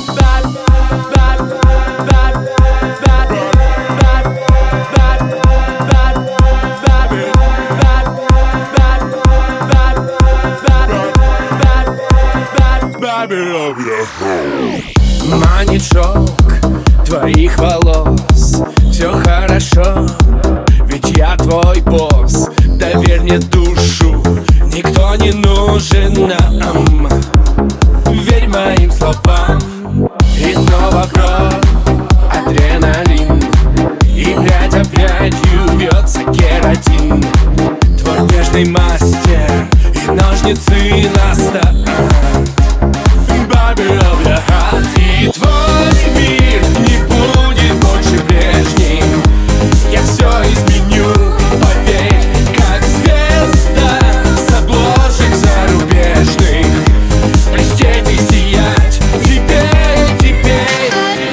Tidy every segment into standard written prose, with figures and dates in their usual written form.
Манит шелк твоих волос. Все хорошо, ведь я твой босс. Доверь мне душу, никто не нужен нам. Верь моим словам. И снова кровь, адреналин, и прядь опятью бьется кератин. Твой нежный мастер и ножницы на старт. Barbie of your heart. И твой мир не будет больше прежним. Я все изменю, поверь, как звезда с обложек зарубежных. Блестеть и сиять теперь, теперь.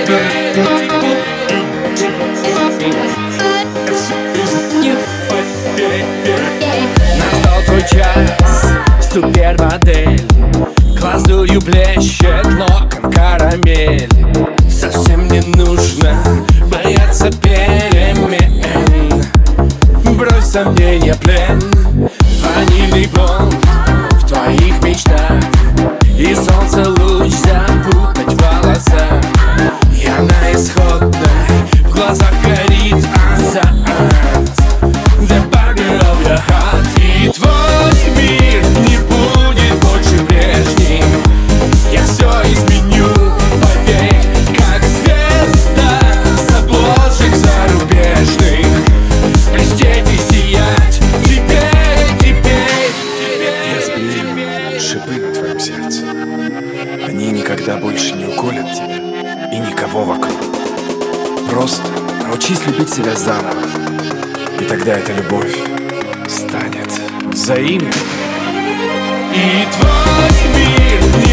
Настал твой час, супермодель. Глазурью блещет локон карамель. Совсем не нужно бояться перемен. Брось сомнения, плен. Ванильный блонд в твоих мечтах. И солнце луч запутать в волосах. Я на исходной, в глазах горит азарт. The Barbie of your heart. И твой мир не будет больше прежним. Я все изменю, поверь, как звезда с обложек зарубежных. Блестеть и сиять теперь, теперь. Я сберею шипы на твоем сердце. Они никогда больше не уколят тебя и никого вокруг. Просто научись любить себя заново, и тогда эта любовь станет взаимной. И твой мир не